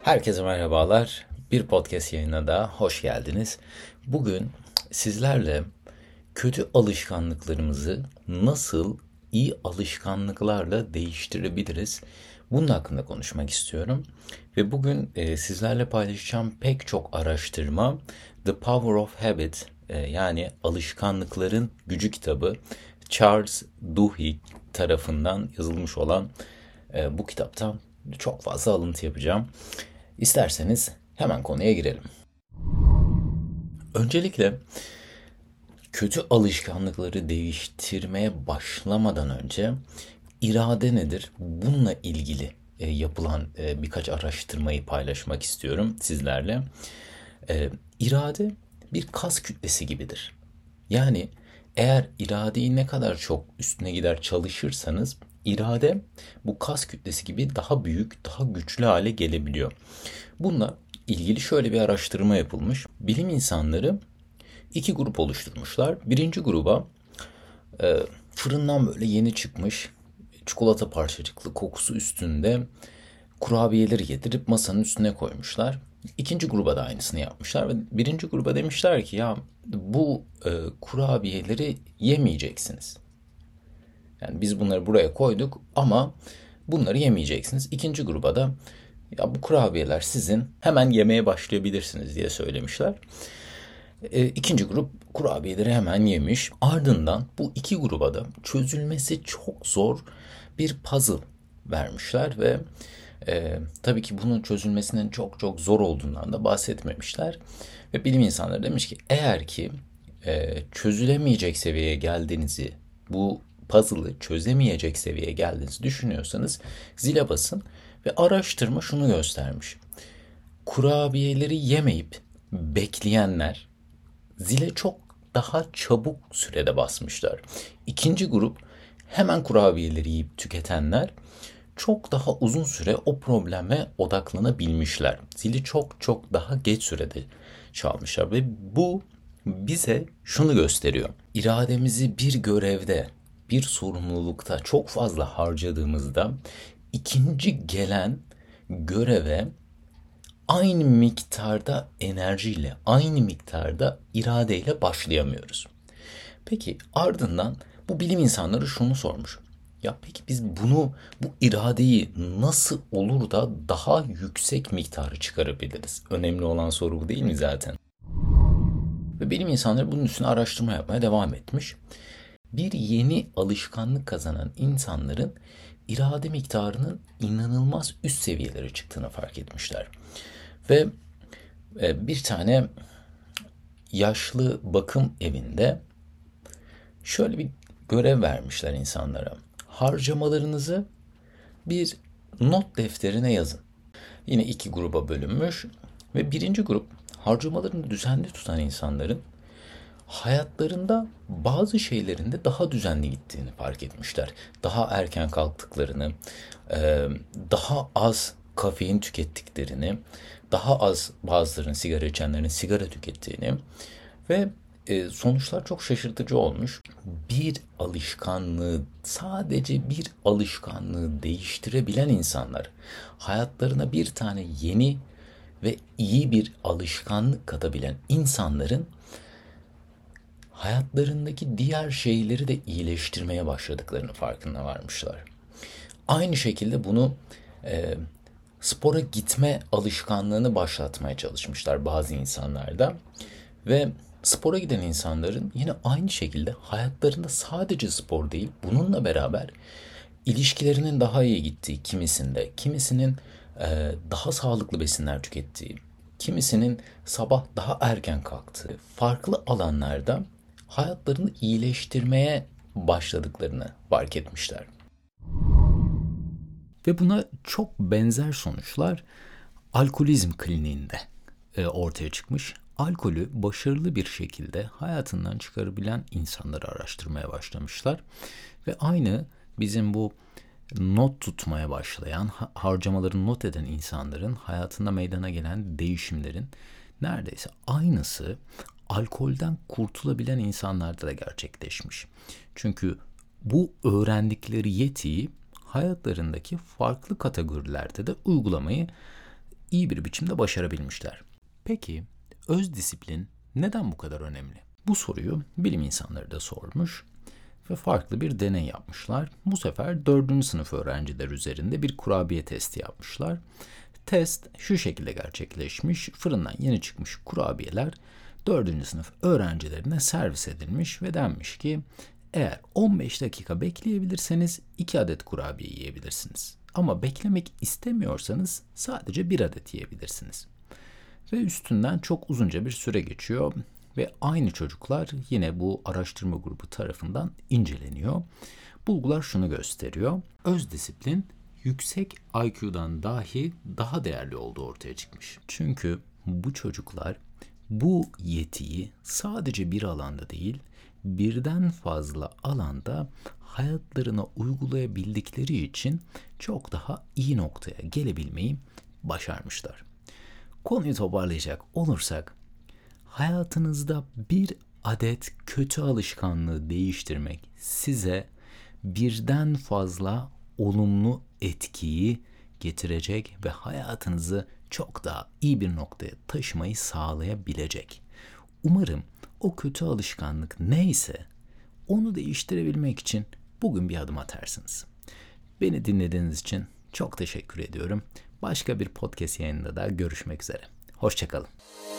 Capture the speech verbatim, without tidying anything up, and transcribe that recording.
Herkese merhabalar. Bir podcast yayınına da hoş geldiniz. Bugün sizlerle kötü alışkanlıklarımızı nasıl iyi alışkanlıklarla değiştirebiliriz? Bunun hakkında konuşmak istiyorum. Ve bugün e, sizlerle paylaşacağım pek çok araştırma The Power of Habit e, yani Alışkanlıkların Gücü kitabı Charles Duhigg tarafından yazılmış olan e, bu kitaptan çok fazla alıntı yapacağım. İsterseniz hemen konuya girelim. Öncelikle kötü alışkanlıkları değiştirmeye başlamadan önce irade nedir? Bununla ilgili e, yapılan e, birkaç araştırmayı paylaşmak istiyorum sizlerle. E, irade bir kas kütlesi gibidir. Yani eğer iradeyi ne kadar çok üstüne gider çalışırsanız irade bu kas kütlesi gibi daha büyük, daha güçlü hale gelebiliyor. Bununla ilgili şöyle bir araştırma yapılmış. Bilim insanları iki grup oluşturmuşlar. Birinci gruba e, fırından böyle yeni çıkmış çikolata parçacıklı kokusu üstünde kurabiyeleri getirip masanın üstüne koymuşlar. İkinci gruba da aynısını yapmışlar ve birinci gruba demişler ki ya bu e, kurabiyeleri yemeyeceksiniz. Yani biz bunları buraya koyduk ama bunları yemeyeceksiniz. İkinci gruba da ya bu kurabiyeler sizin, hemen yemeye başlayabilirsiniz diye söylemişler. E, ikinci grup kurabiyeleri hemen yemiş. Ardından bu iki gruba da çözülmesi çok zor bir puzzle vermişler ve e, tabii ki bunun çözülmesinin çok çok zor olduğundan da bahsetmemişler. Ve bilim insanları demiş ki eğer ki e, çözülemeyecek seviyeye geldiğinizi, bu puzzle'ı çözemeyecek seviyeye geldiğinizi düşünüyorsanız zile basın. Ve araştırma şunu göstermiş. Kurabiyeleri yemeyip bekleyenler zile çok daha çabuk sürede basmışlar. İkinci grup hemen kurabiyeleri yiyip tüketenler çok daha uzun süre o probleme odaklanabilmişler. Zili çok çok daha geç sürede çalmışlar ve bu bize şunu gösteriyor. İrademizi bir görevde, bir sorumlulukta çok fazla harcadığımızda ikinci gelen göreve aynı miktarda enerjiyle, aynı miktarda iradeyle başlayamıyoruz. Peki ardından bu bilim insanları şunu sormuş. Ya peki biz bunu, bu iradeyi nasıl olur da daha yüksek miktarı çıkarabiliriz? Önemli olan soru bu değil mi zaten? Ve bilim insanları bunun üstüne araştırma yapmaya devam etmiş. Bir yeni alışkanlık kazanan insanların irade miktarının inanılmaz üst seviyelere çıktığını fark etmişler. Ve bir tane yaşlı bakım evinde şöyle bir görev vermişler insanlara. Harcamalarınızı bir not defterine yazın. Yine iki gruba bölünmüş ve birinci grup harcamalarını düzenli tutan insanların hayatlarında bazı şeylerinde daha düzenli gittiğini fark etmişler. Daha erken kalktıklarını, daha az kafein tükettiklerini, daha az bazılarının sigara içenlerin sigara tükettiğini ve sonuçlar çok şaşırtıcı olmuş. Bir alışkanlığı, sadece bir alışkanlığı değiştirebilen insanlar, hayatlarına bir tane yeni ve iyi bir alışkanlık katabilen insanların hayatlarındaki diğer şeyleri de iyileştirmeye başladıklarını farkına varmışlar. Aynı şekilde bunu e, spora gitme alışkanlığını başlatmaya çalışmışlar bazı insanlarda ve spora giden insanların yine aynı şekilde hayatlarında sadece spor değil, bununla beraber ilişkilerinin daha iyi gittiği kimisinde, kimisinin e, daha sağlıklı besinler tükettiği, kimisinin sabah daha erken kalktığı, farklı alanlarda hayatlarını iyileştirmeye başladıklarını fark etmişler. Ve buna çok benzer sonuçlar alkolizm kliniğinde e, ortaya çıkmış. Alkolü başarılı bir şekilde hayatından çıkarabilen insanları araştırmaya başlamışlar. Ve aynı bizim bu not tutmaya başlayan, harcamalarını not eden insanların hayatında meydana gelen değişimlerin neredeyse aynısı alkolden kurtulabilen insanlarda da gerçekleşmiş. Çünkü bu öğrendikleri yetiyi hayatlarındaki farklı kategorilerde de uygulamayı iyi bir biçimde başarabilmişler. Peki öz disiplin neden bu kadar önemli? Bu soruyu bilim insanları da sormuş ve farklı bir deney yapmışlar. Bu sefer dördüncü sınıf öğrenciler üzerinde bir kurabiye testi yapmışlar. Test şu şekilde gerçekleşmiş. Fırından yeni çıkmış kurabiyeler dördüncü sınıf öğrencilerine servis edilmiş ve denmiş ki eğer on beş dakika bekleyebilirseniz iki adet kurabiye yiyebilirsiniz. Ama beklemek istemiyorsanız sadece bir adet yiyebilirsiniz. Ve üstünden çok uzunca bir süre geçiyor ve aynı çocuklar yine bu araştırma grubu tarafından inceleniyor. Bulgular şunu gösteriyor. Öz disiplin yüksek I Q'dan dahi daha değerli olduğu ortaya çıkmış. Çünkü bu çocuklar bu yetiyi sadece bir alanda değil, birden fazla alanda hayatlarına uygulayabildikleri için çok daha iyi noktaya gelebilmeyi başarmışlar. Konuyu toparlayacak olursak, hayatınızda bir adet kötü alışkanlığı değiştirmek size birden fazla olumlu etkiyi getirecek ve hayatınızı çok daha iyi bir noktaya taşımayı sağlayabilecek. Umarım o kötü alışkanlık neyse onu değiştirebilmek için bugün bir adım atarsınız. Beni dinlediğiniz için çok teşekkür ediyorum. Başka bir podcast yayınında da görüşmek üzere. Hoşça kalın.